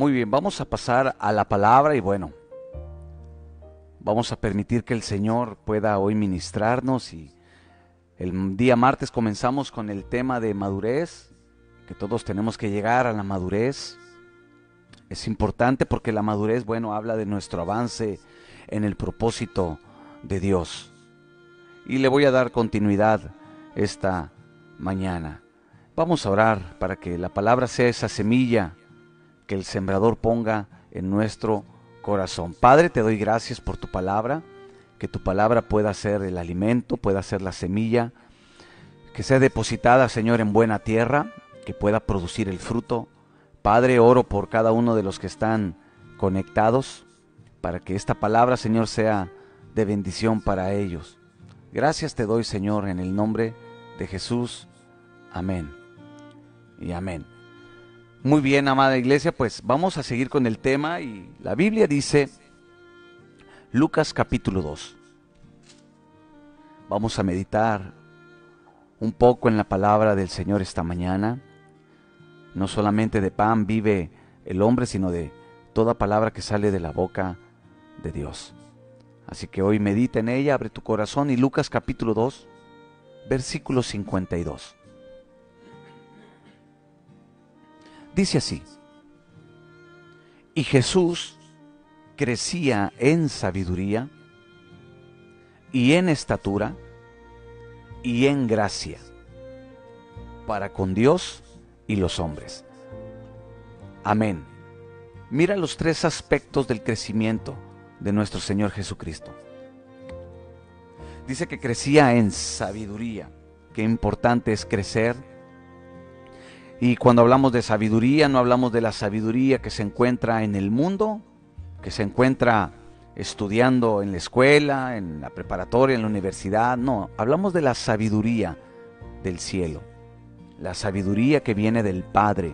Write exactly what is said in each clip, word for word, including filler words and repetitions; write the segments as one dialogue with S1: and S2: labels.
S1: Muy bien, vamos a pasar a la palabra y bueno, vamos a permitir que el Señor pueda hoy ministrarnos. Y el día martes comenzamos con el tema de madurez, que todos tenemos que llegar a la madurez. Es importante porque la madurez, bueno, habla de nuestro avance en el propósito de Dios. Y le voy a dar continuidad esta mañana. Vamos a orar para que la palabra sea esa semilla que el sembrador ponga en nuestro corazón. Padre, te doy gracias por tu palabra, que tu palabra pueda ser el alimento, pueda ser la semilla, que sea depositada, Señor, en buena tierra, que pueda producir el fruto. Padre, oro por cada uno de los que están conectados, para que esta palabra, Señor, sea de bendición para ellos. Gracias te doy, Señor, en el nombre de Jesús. Amén y amén. Muy bien, amada iglesia, pues vamos a seguir con el tema y la Biblia dice, Lucas capítulo dos. Vamos a meditar un poco en la palabra del Señor esta mañana. No solamente de pan vive el hombre, sino de toda palabra que sale de la boca de Dios. Así que hoy medita en ella, abre tu corazón y Lucas capítulo dos, versículo cincuenta y dos. Dice así: y Jesús crecía en sabiduría y en estatura y en gracia para con Dios y los hombres. Amén. Mira los tres aspectos del crecimiento de nuestro Señor Jesucristo. Dice que crecía en sabiduría. Qué importante es crecer. Y cuando hablamos de sabiduría, no hablamos de la sabiduría que se encuentra en el mundo, que se encuentra estudiando en la escuela, en la preparatoria, en la universidad. No, hablamos de la sabiduría del cielo, la sabiduría que viene del Padre.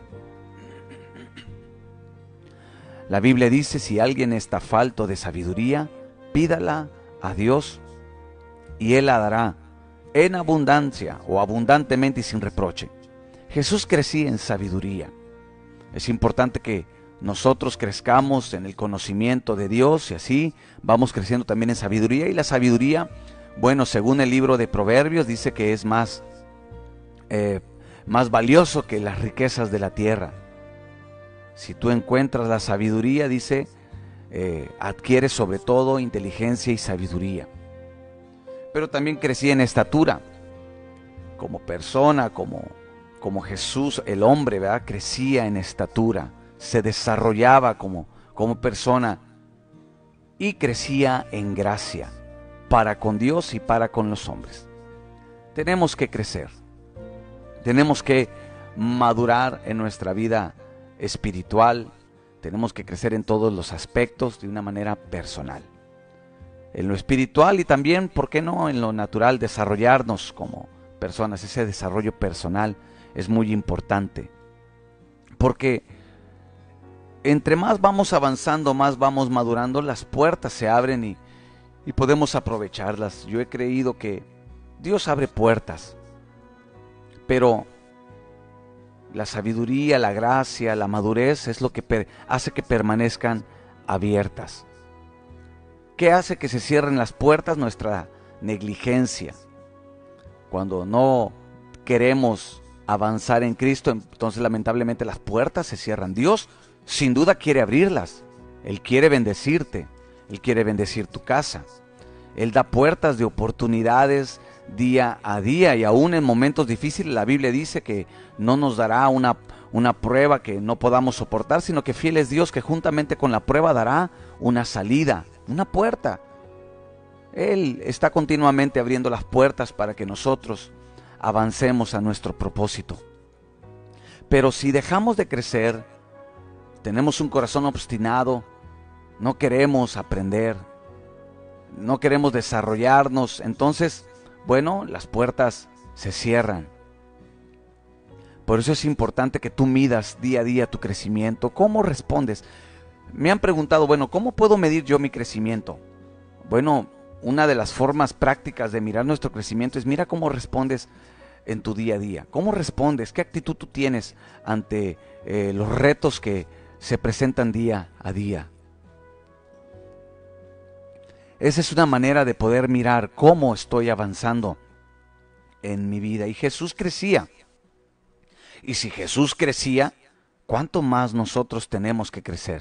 S1: La Biblia dice, si alguien está falto de sabiduría, pídala a Dios y Él la dará en abundancia o abundantemente y sin reproche. Jesús crecía en sabiduría. Es importante que nosotros crezcamos en el conocimiento de Dios y así vamos creciendo también en sabiduría. Y la sabiduría, bueno, según el libro de Proverbios, dice que es más, eh, más valioso que las riquezas de la tierra. Si tú encuentras la sabiduría, dice, eh, adquieres sobre todo inteligencia y sabiduría. Pero también crecía en estatura, como persona, como, como Jesús, el hombre, ¿verdad? Crecía en estatura, se desarrollaba como, como persona y crecía en gracia para con Dios y para con los hombres. Tenemos que crecer, tenemos que madurar en nuestra vida espiritual, tenemos que crecer en todos los aspectos de una manera personal. En lo espiritual y también, ¿por qué no?, en lo natural, desarrollarnos como personas. Ese desarrollo personal es muy importante, porque entre más vamos avanzando, más vamos madurando, las puertas se abren y, y podemos aprovecharlas. Yo he creído que Dios abre puertas, pero la sabiduría, la gracia, la madurez es lo que per- hace que permanezcan abiertas. ¿Qué hace que se cierren las puertas? Nuestra negligencia. Cuando no queremos avanzar en Cristo, entonces lamentablemente las puertas se cierran. Dios sin duda quiere abrirlas. Él quiere bendecirte. Él quiere bendecir tu casa. Él da puertas de oportunidades día a día, y aún en momentos difíciles la Biblia dice que no nos dará una, una prueba que no podamos soportar, sino que fiel es Dios, que juntamente con la prueba dará una salida, una puerta. Él está continuamente abriendo las puertas para que nosotros avancemos a nuestro propósito. Pero si dejamos de crecer, tenemos un corazón obstinado, no queremos aprender, no queremos desarrollarnos, entonces, bueno, las puertas se cierran. Por eso es importante que tú midas día a día tu crecimiento. ¿Cómo respondes? Me han preguntado, bueno, ¿cómo puedo medir yo mi crecimiento? Bueno, una de las formas prácticas de mirar nuestro crecimiento es mira cómo respondes en tu día a día. ¿Cómo respondes? ¿Qué actitud tú tienes ante eh, los retos que se presentan día a día. Esa es una manera de poder mirar cómo estoy avanzando en mi vida. Y Jesús crecía. Y si Jesús crecía, ¿cuánto más nosotros tenemos que crecer?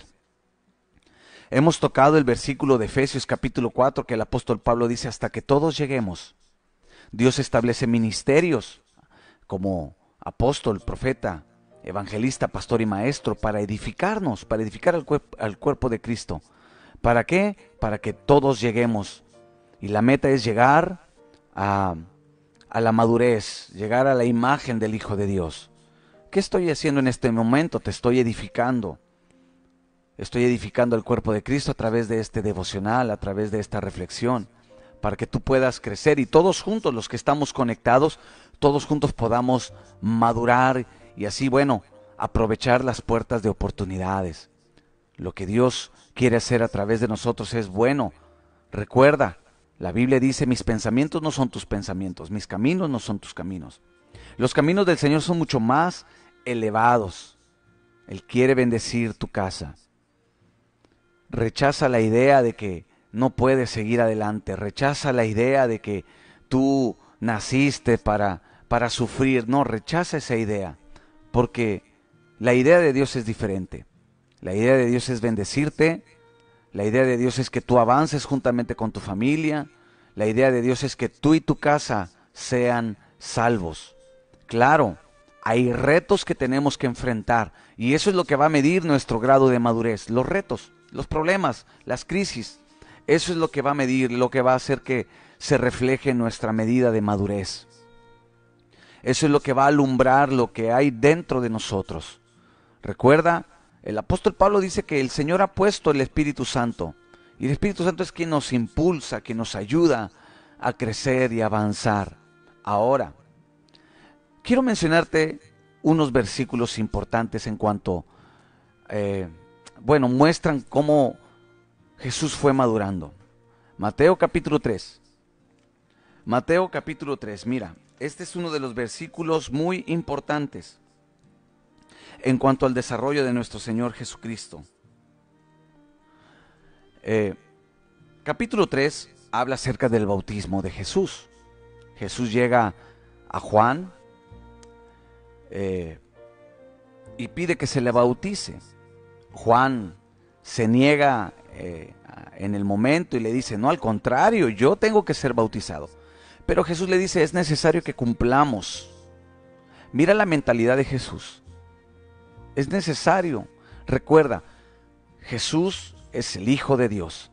S1: Hemos tocado el versículo de Efesios capítulo cuatro que el apóstol Pablo dice: hasta que todos lleguemos. Dios establece ministerios como apóstol, profeta, evangelista, pastor y maestro para edificarnos, para edificar al, cuerp- al cuerpo de Cristo. ¿Para qué? Para que todos lleguemos. Y la meta es llegar a, a la madurez, llegar a la imagen del Hijo de Dios. ¿Qué estoy haciendo en este momento? Te estoy edificando. Estoy edificando el cuerpo de Cristo a través de este devocional, a través de esta reflexión, para que tú puedas crecer y todos juntos, los que estamos conectados, todos juntos podamos madurar y así, bueno, aprovechar las puertas de oportunidades. Lo que Dios quiere hacer a través de nosotros es bueno. Recuerda, la Biblia dice: mis pensamientos no son tus pensamientos, mis caminos no son tus caminos. Los caminos del Señor son mucho más elevados. Él quiere bendecir tu casa. Rechaza la idea de que no puedes seguir adelante. Rechaza la idea de que tú naciste para, para sufrir. No, rechaza esa idea. Porque la idea de Dios es diferente. La idea de Dios es bendecirte. La idea de Dios es que tú avances juntamente con tu familia. La idea de Dios es que tú y tu casa sean salvos. Claro, hay retos que tenemos que enfrentar. Y eso es lo que va a medir nuestro grado de madurez. Los retos. Los problemas, las crisis, eso es lo que va a medir, lo que va a hacer que se refleje en nuestra medida de madurez. Eso es lo que va a alumbrar lo que hay dentro de nosotros. Recuerda, el apóstol Pablo dice que el Señor ha puesto el Espíritu Santo. Y el Espíritu Santo es quien nos impulsa, quien nos ayuda a crecer y avanzar. Ahora, quiero mencionarte unos versículos importantes en cuanto... Eh, Bueno, muestran cómo Jesús fue madurando. Mateo capítulo tres. Mateo capítulo tres, mira, este es uno de los versículos muy importantes en cuanto al desarrollo de nuestro Señor Jesucristo. Eh, capítulo tres habla acerca del bautismo de Jesús. Jesús llega a Juan eh, y pide que se le bautice. Juan se niega eh, en el momento y le dice: no, al contrario, yo tengo que ser bautizado. Pero Jesús le dice: es necesario que cumplamos. Mira la mentalidad de Jesús. Es necesario. Recuerda, Jesús es el Hijo de Dios.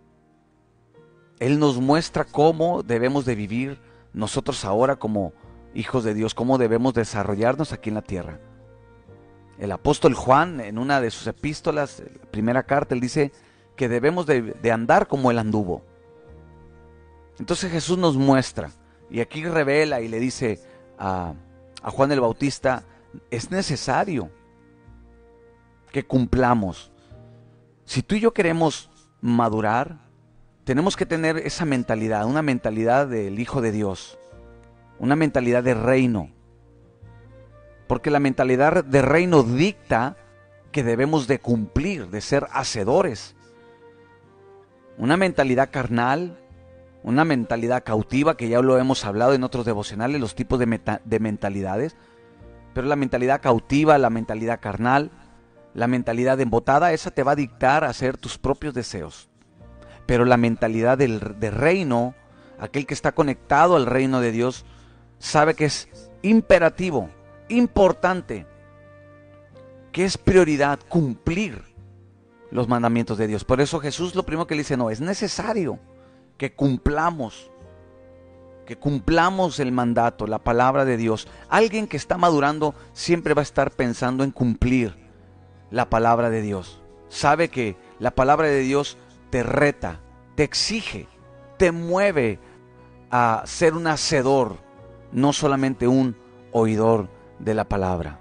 S1: Él nos muestra cómo debemos de vivir nosotros ahora como hijos de Dios, cómo debemos desarrollarnos aquí en la tierra. El apóstol Juan, en una de sus epístolas, la primera carta, él dice que debemos de, de andar como él anduvo. Entonces Jesús nos muestra, y aquí revela y le dice a, a Juan el Bautista: es necesario que cumplamos. Si tú y yo queremos madurar, tenemos que tener esa mentalidad, una mentalidad del Hijo de Dios, una mentalidad de reino. Porque la mentalidad de reino dicta que debemos de cumplir, de ser hacedores. Una mentalidad carnal, una mentalidad cautiva, que ya lo hemos hablado en otros devocionales, los tipos de, meta, de mentalidades. Pero la mentalidad cautiva, la mentalidad carnal, la mentalidad embotada, esa te va a dictar a hacer tus propios deseos. Pero la mentalidad del de reino, aquel que está conectado al reino de Dios, sabe que es imperativo, importante, que es prioridad cumplir los mandamientos de Dios. Por eso Jesús lo primero que le dice: no, es necesario que cumplamos, que cumplamos el mandato, la palabra de Dios. Alguien que está madurando siempre va a estar pensando en cumplir la palabra de Dios. Sabe que la palabra de Dios te reta, te exige, te mueve a ser un hacedor, no solamente un oidor de la palabra.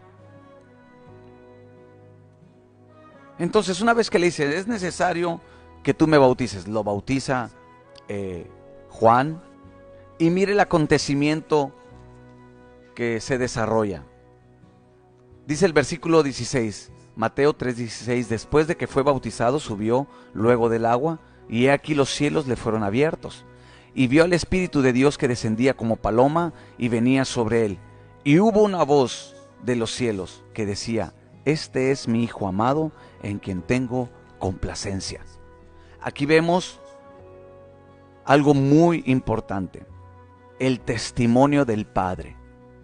S1: Entonces, una vez que le dice: es necesario que tú me bautices, lo bautiza eh, Juan, y mire el acontecimiento que se desarrolla. Dice el versículo dieciséis: Mateo tres dieciséis, después de que fue bautizado, subió luego del agua, y he aquí los cielos le fueron abiertos, y vio al Espíritu de Dios que descendía como paloma y venía sobre él. Y hubo una voz de los cielos que decía: este es mi Hijo amado, en quien tengo complacencia. Aquí vemos algo muy importante: el testimonio del Padre.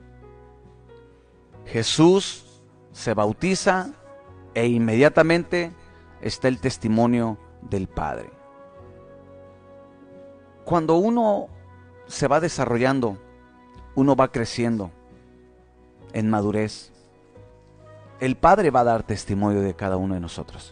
S1: Jesús se bautiza e inmediatamente está el testimonio del Padre. Cuando uno se va desarrollando, uno va creciendo en madurez, el Padre va a dar testimonio de cada uno de nosotros.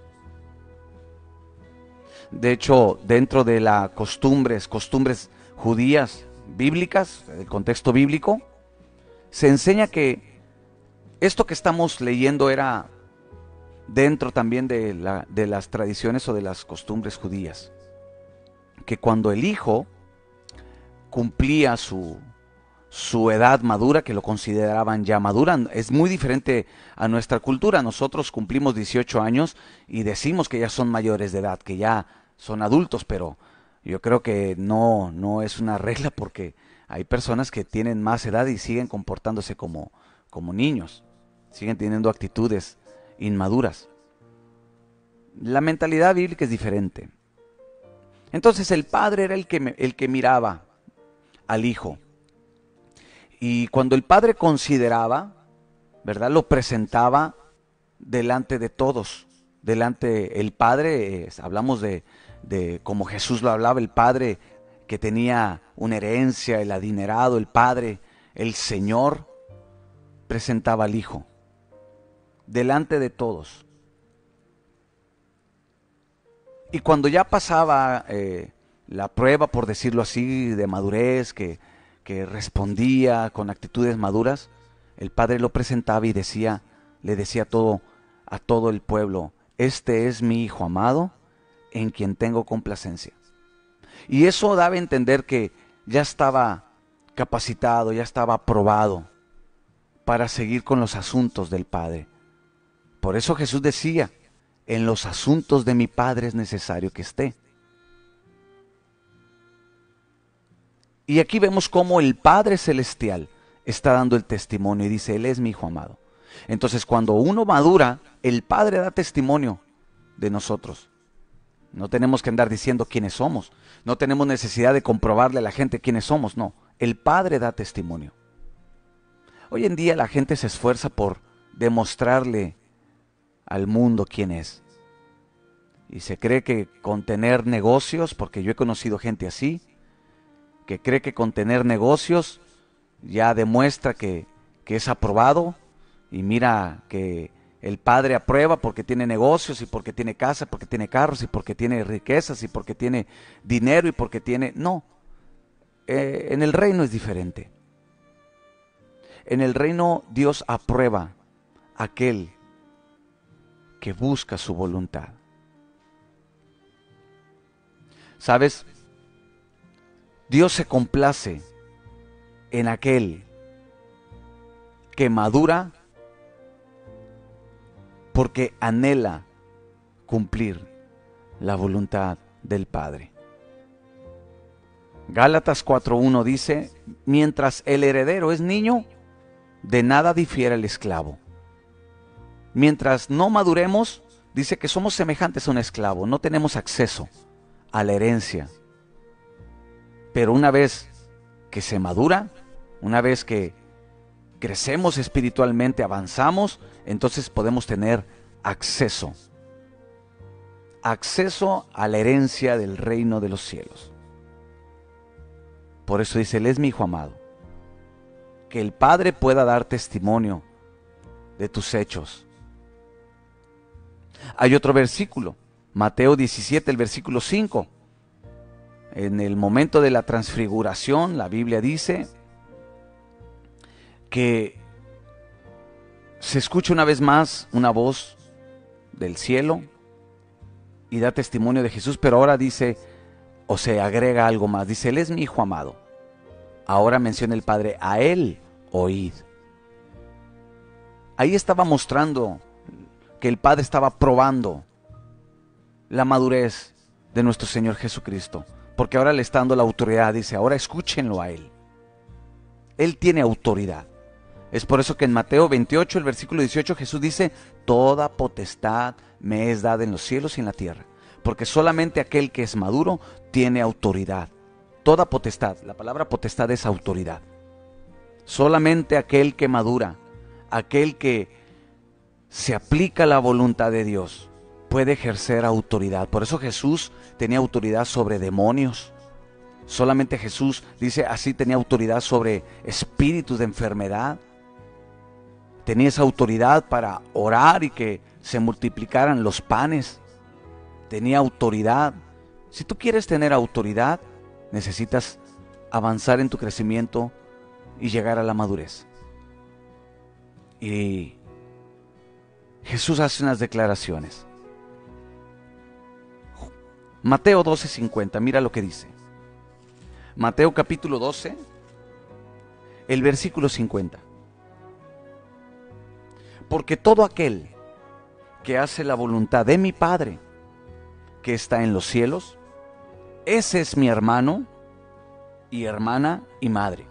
S1: De hecho, dentro de las costumbres, costumbres judías, bíblicas, el contexto bíblico, se enseña que esto que estamos leyendo era dentro también de, la, de las tradiciones o de las costumbres judías. Que cuando el hijo cumplía su, su edad madura, que lo consideraban ya madura, es muy diferente a nuestra cultura. Nosotros cumplimos dieciocho años y decimos que ya son mayores de edad, que ya son adultos, pero yo creo que no, no es una regla, porque hay personas que tienen más edad y siguen comportándose como, como niños, siguen teniendo actitudes inmaduras. La mentalidad bíblica es diferente. Entonces el padre era el que, el que miraba al hijo. Y cuando el padre consideraba, ¿verdad?, lo presentaba delante de todos. Delante el padre, eh, hablamos de, de como Jesús lo hablaba, el padre que tenía una herencia, el adinerado, el padre, el Señor, presentaba al hijo delante de todos. Y cuando ya pasaba eh, la prueba, por decirlo así, de madurez, que, que respondía con actitudes maduras, el padre lo presentaba y decía, le decía todo, a todo el pueblo: este es mi Hijo amado, en quien tengo complacencia. Y eso daba a entender que ya estaba capacitado, ya estaba aprobado para seguir con los asuntos del Padre. Por eso Jesús decía: en los asuntos de mi Padre es necesario que esté. Y aquí vemos cómo el Padre Celestial está dando el testimonio y dice: Él es mi Hijo amado. Entonces, cuando uno madura, el Padre da testimonio de nosotros. No tenemos que andar diciendo quiénes somos. No tenemos necesidad de comprobarle a la gente quiénes somos. No, el Padre da testimonio. Hoy en día la gente se esfuerza por demostrarle al mundo quién es. Y se cree que con tener negocios, porque yo he conocido gente así, que cree que con tener negocios ya demuestra que, que es aprobado, y mira que el Padre aprueba porque tiene negocios y porque tiene casa, porque tiene carros y porque tiene riquezas y porque tiene dinero y porque tiene... No, eh, en el reino es diferente. En el reino Dios aprueba a aquel que busca su voluntad. ¿Sabes? Dios se complace en aquel que madura porque anhela cumplir la voluntad del Padre. Gálatas cuatro uno dice: mientras el heredero es niño, de nada difiere el esclavo. Mientras no maduremos, dice que somos semejantes a un esclavo, no tenemos acceso a la herencia. Pero una vez que se madura, una vez que crecemos espiritualmente, avanzamos, entonces podemos tener acceso, acceso a la herencia del reino de los cielos. Por eso dice: Él es mi Hijo amado. Que el Padre pueda dar testimonio de tus hechos. Hay otro versículo, Mateo diecisiete, el versículo cinco. En el momento de la transfiguración, la Biblia dice que se escucha una vez más una voz del cielo y da testimonio de Jesús, pero ahora dice, o se agrega algo más, dice: Él es mi Hijo amado. Ahora menciona el Padre: a Él oíd. Ahí estaba mostrando que el Padre estaba probando la madurez de nuestro Señor Jesucristo, porque ahora le está dando la autoridad. Dice, ahora escúchenlo a Él. Él tiene autoridad. Es por eso que en Mateo veintiocho, el versículo dieciocho, Jesús dice, toda potestad me es dada en los cielos y en la tierra, porque solamente aquel que es maduro tiene autoridad. Toda potestad, la palabra potestad es autoridad. Solamente aquel que madura, aquel que se aplica a la voluntad de Dios, puede ejercer autoridad. Por eso Jesús tenía autoridad sobre demonios. Solamente Jesús, dice, así tenía autoridad sobre espíritus de enfermedad. Tenía esa autoridad para orar y que se multiplicaran los panes. Tenía autoridad. Si tú quieres tener autoridad, necesitas avanzar en tu crecimiento y llegar a la madurez. Y Jesús hace unas declaraciones. Mateo doce cincuenta, mira lo que dice. Mateo capítulo doce, el versículo cincuenta. Porque todo aquel que hace la voluntad de mi Padre, que está en los cielos, ese es mi hermano y hermana y madre.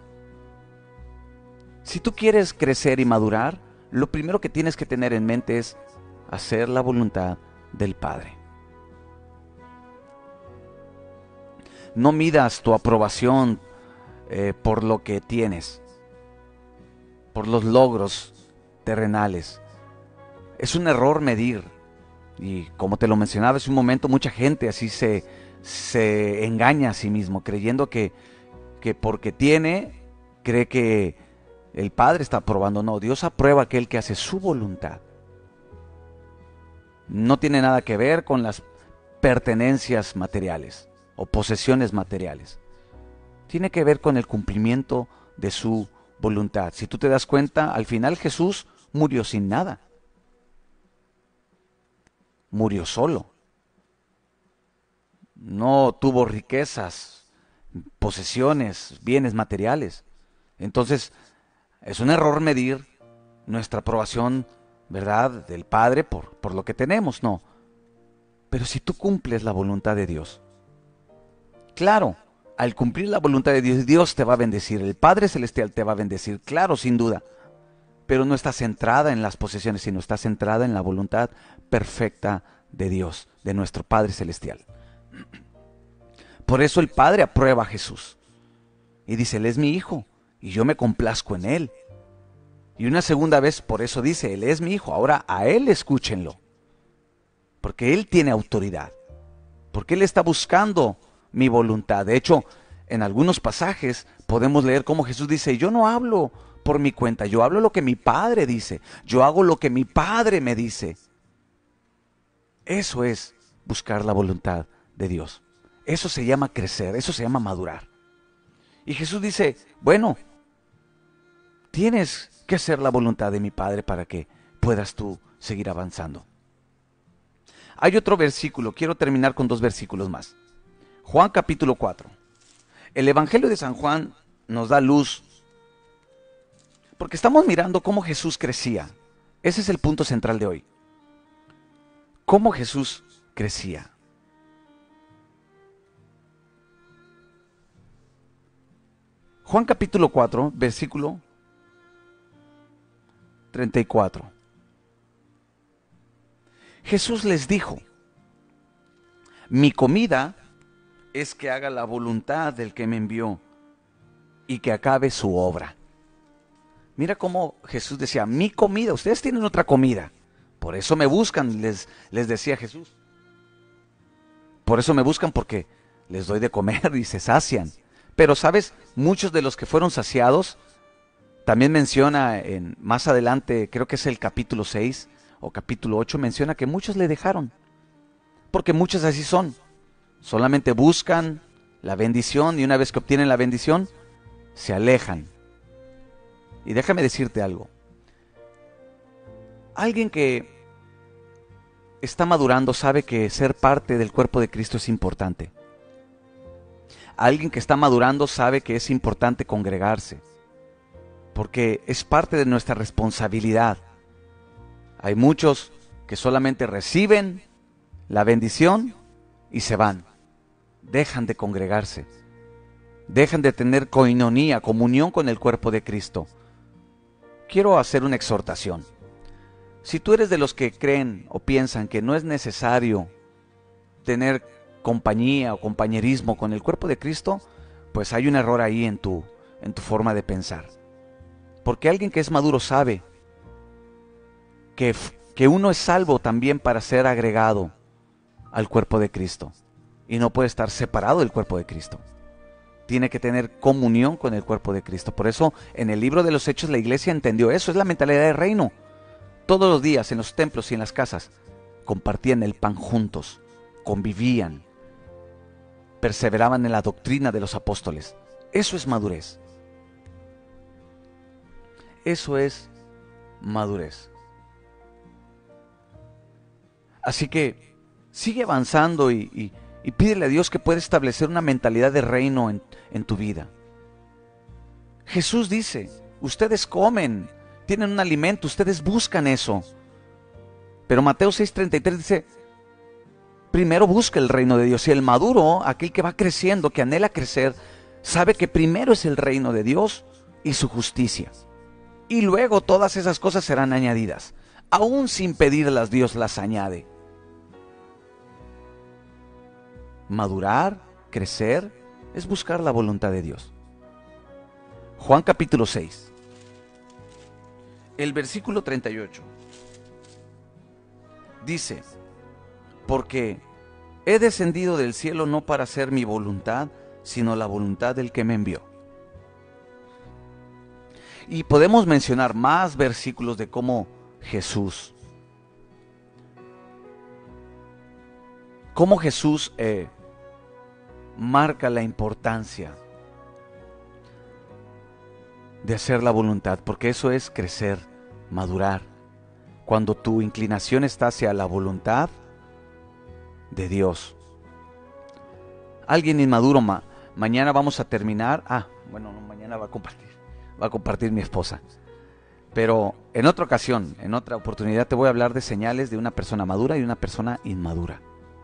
S1: Si tú quieres crecer y madurar, lo primero que tienes que tener en mente es hacer la voluntad del Padre. No midas tu aprobación eh, por lo que tienes, por los logros terrenales. Es un error medir. Y como te lo mencionaba hace un momento, mucha gente así se, se engaña a sí mismo, creyendo que, que porque tiene, cree que el Padre está aprobando. No, Dios aprueba a aquel que hace su voluntad. No tiene nada que ver con las pertenencias materiales o posesiones materiales. Tiene que ver con el cumplimiento de su voluntad. Si tú te das cuenta, al final Jesús murió sin nada. Murió solo. No tuvo riquezas, posesiones, bienes materiales. Entonces, es un error medir nuestra aprobación, ¿verdad?, del Padre por, por lo que tenemos, no. Pero si tú cumples la voluntad de Dios, claro, al cumplir la voluntad de Dios, Dios te va a bendecir, el Padre Celestial te va a bendecir, claro, sin duda. Pero no está centrada en las posesiones, sino está centrada en la voluntad perfecta de Dios, de nuestro Padre Celestial. Por eso el Padre aprueba a Jesús y dice, Él es mi Hijo y yo me complazco en Él. Y una segunda vez, por eso dice, Él es mi Hijo, ahora a Él escúchenlo, porque Él tiene autoridad, porque Él está buscando mi voluntad. De hecho, en algunos pasajes podemos leer cómo Jesús dice, yo no hablo por mi cuenta, yo hablo lo que mi Padre dice, yo hago lo que mi Padre me dice. Eso es buscar la voluntad de Dios. Eso se llama crecer, eso se llama madurar. Y Jesús dice, bueno, tienes que hacer la voluntad de mi Padre para que puedas tú seguir avanzando. Hay otro versículo, quiero terminar con dos versículos más. Juan capítulo cuatro. El Evangelio de San Juan nos da luz, porque estamos mirando cómo Jesús crecía. Ese es el punto central de hoy. Cómo Jesús crecía. Juan capítulo cuatro, versículo treinta y cuatro. Jesús les dijo, mi comida es que haga la voluntad del que me envió y que acabe su obra. Mira cómo Jesús decía, mi comida, ustedes tienen otra comida. Por eso me buscan, les, les decía Jesús. Por eso me buscan, porque les doy de comer y se sacian. Pero, ¿sabes? Muchos de los que fueron saciados, también menciona en, más adelante, creo que es el capítulo seis o capítulo ocho, menciona que muchos le dejaron. Porque muchos así son. Solamente buscan la bendición y una vez que obtienen la bendición, se alejan. Y déjame decirte algo. Alguien que está madurando sabe que ser parte del cuerpo de Cristo es importante. Alguien que está madurando sabe que es importante congregarse, porque es parte de nuestra responsabilidad. Hay muchos que solamente reciben la bendición y se van. Dejan de congregarse, dejan de tener coinonía, comunión con el cuerpo de Cristo. Quiero hacer una exhortación. Si tú eres de los que creen o piensan que no es necesario tener compañía o compañerismo con el cuerpo de Cristo, pues hay un error ahí en tu, en tu forma de pensar. Porque alguien que es maduro sabe que, que uno es salvo también para ser agregado al cuerpo de Cristo. Y no puede estar separado del cuerpo de Cristo. Tiene que tener comunión con el cuerpo de Cristo. Por eso en el libro de los Hechos la iglesia entendió eso. Es la mentalidad del reino. Todos los días en los templos y en las casas compartían el pan juntos, convivían, perseveraban en la doctrina de los apóstoles. Eso es madurez. Eso es madurez. Así que sigue avanzando y, y, y pídele a Dios que pueda establecer una mentalidad de reino en, en tu vida. Jesús dice, ustedes comen, tienen un alimento, ustedes buscan eso. Pero Mateo seis treinta y tres dice, primero busca el reino de Dios. Y el maduro, aquel que va creciendo, que anhela crecer, sabe que primero es el reino de Dios y su justicia. Y luego todas esas cosas serán añadidas. Aún sin pedirlas, Dios las añade. Madurar, crecer, es buscar la voluntad de Dios. Juan capítulo seis. El versículo treinta y ocho. Dice, porque he descendido del cielo no para hacer mi voluntad, sino la voluntad del que me envió. Y podemos mencionar más versículos de cómo Jesús, cómo Jesús eh, marca la importancia de hacer la voluntad, porque eso es crecer, madurar. Cuando tu inclinación está hacia la voluntad de Dios. Alguien inmaduro, ma, mañana vamos a terminar. Ah, bueno, no, mañana va a compartir, va a compartir mi esposa. Pero en otra ocasión, en otra oportunidad te voy a hablar de señales de una persona madura y una persona inmadura.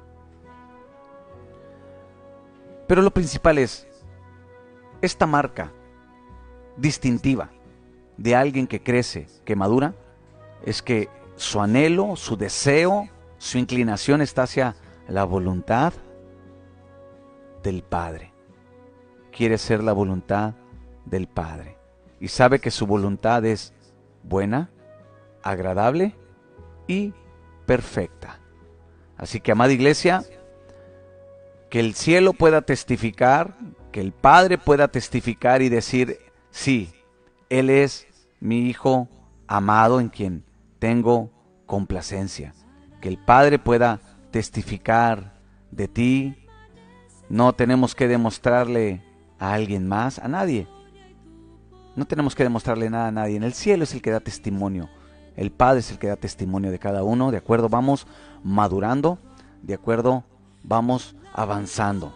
S1: Pero lo principal es esta marca distintiva de alguien que crece, que madura, es que su anhelo, su deseo, su inclinación está hacia la voluntad del Padre. Quiere ser la voluntad del Padre. Y sabe que su voluntad es buena, agradable y perfecta. Así que, amada iglesia, que el cielo pueda testificar, que el Padre pueda testificar y decir, sí, Él es mi Hijo amado en quien tengo complacencia. Que el Padre pueda testificar de ti. No tenemos que demostrarle a alguien más, a nadie. No tenemos que demostrarle nada a nadie. En el cielo es el que da testimonio. El Padre es el que da testimonio de cada uno. De acuerdo, vamos madurando. De acuerdo, vamos avanzando.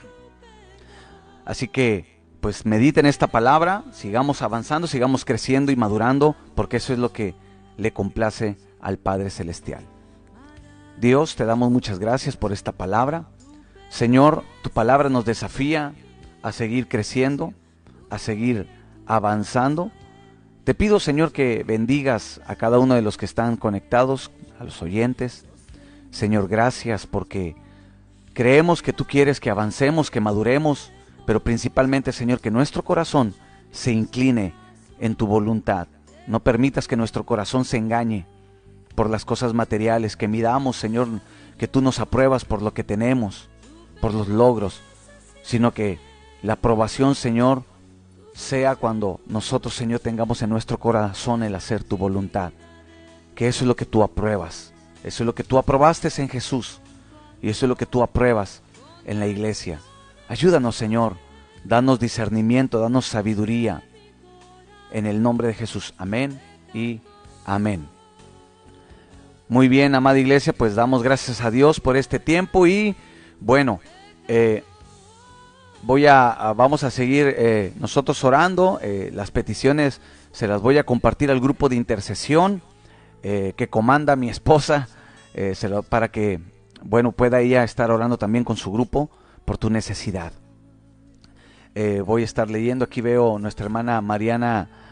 S1: Así que, pues mediten esta palabra. Sigamos avanzando, sigamos creciendo y madurando, porque eso es lo que le complace al Padre Celestial. Dios, te damos muchas gracias por esta palabra. Señor, tu palabra nos desafía a seguir creciendo, a seguir avanzando. Te pido, Señor, que bendigas a cada uno de los que están conectados, a los oyentes. Señor, gracias porque creemos que tú quieres que avancemos, que maduremos, pero principalmente, Señor, que nuestro corazón se incline en tu voluntad. No permitas que nuestro corazón se engañe por las cosas materiales, que midamos, Señor, que tú nos apruebas por lo que tenemos, por los logros, sino que la aprobación, Señor, sea cuando nosotros, Señor, tengamos en nuestro corazón el hacer tu voluntad. Que eso es lo que tú apruebas, eso es lo que tú aprobaste en Jesús, y eso es lo que tú apruebas en la iglesia. Ayúdanos, Señor, danos discernimiento, danos sabiduría, en el nombre de Jesús. Amén y amén. Muy bien, amada iglesia, pues damos gracias a Dios por este tiempo y bueno, eh, voy a, a vamos a seguir eh, nosotros orando. Eh, las peticiones se las voy a compartir al grupo de intercesión eh, que comanda mi esposa eh, se lo, para que, bueno, pueda ella estar orando también con su grupo por tu necesidad. Eh, voy a estar leyendo, aquí veo nuestra hermana Mariana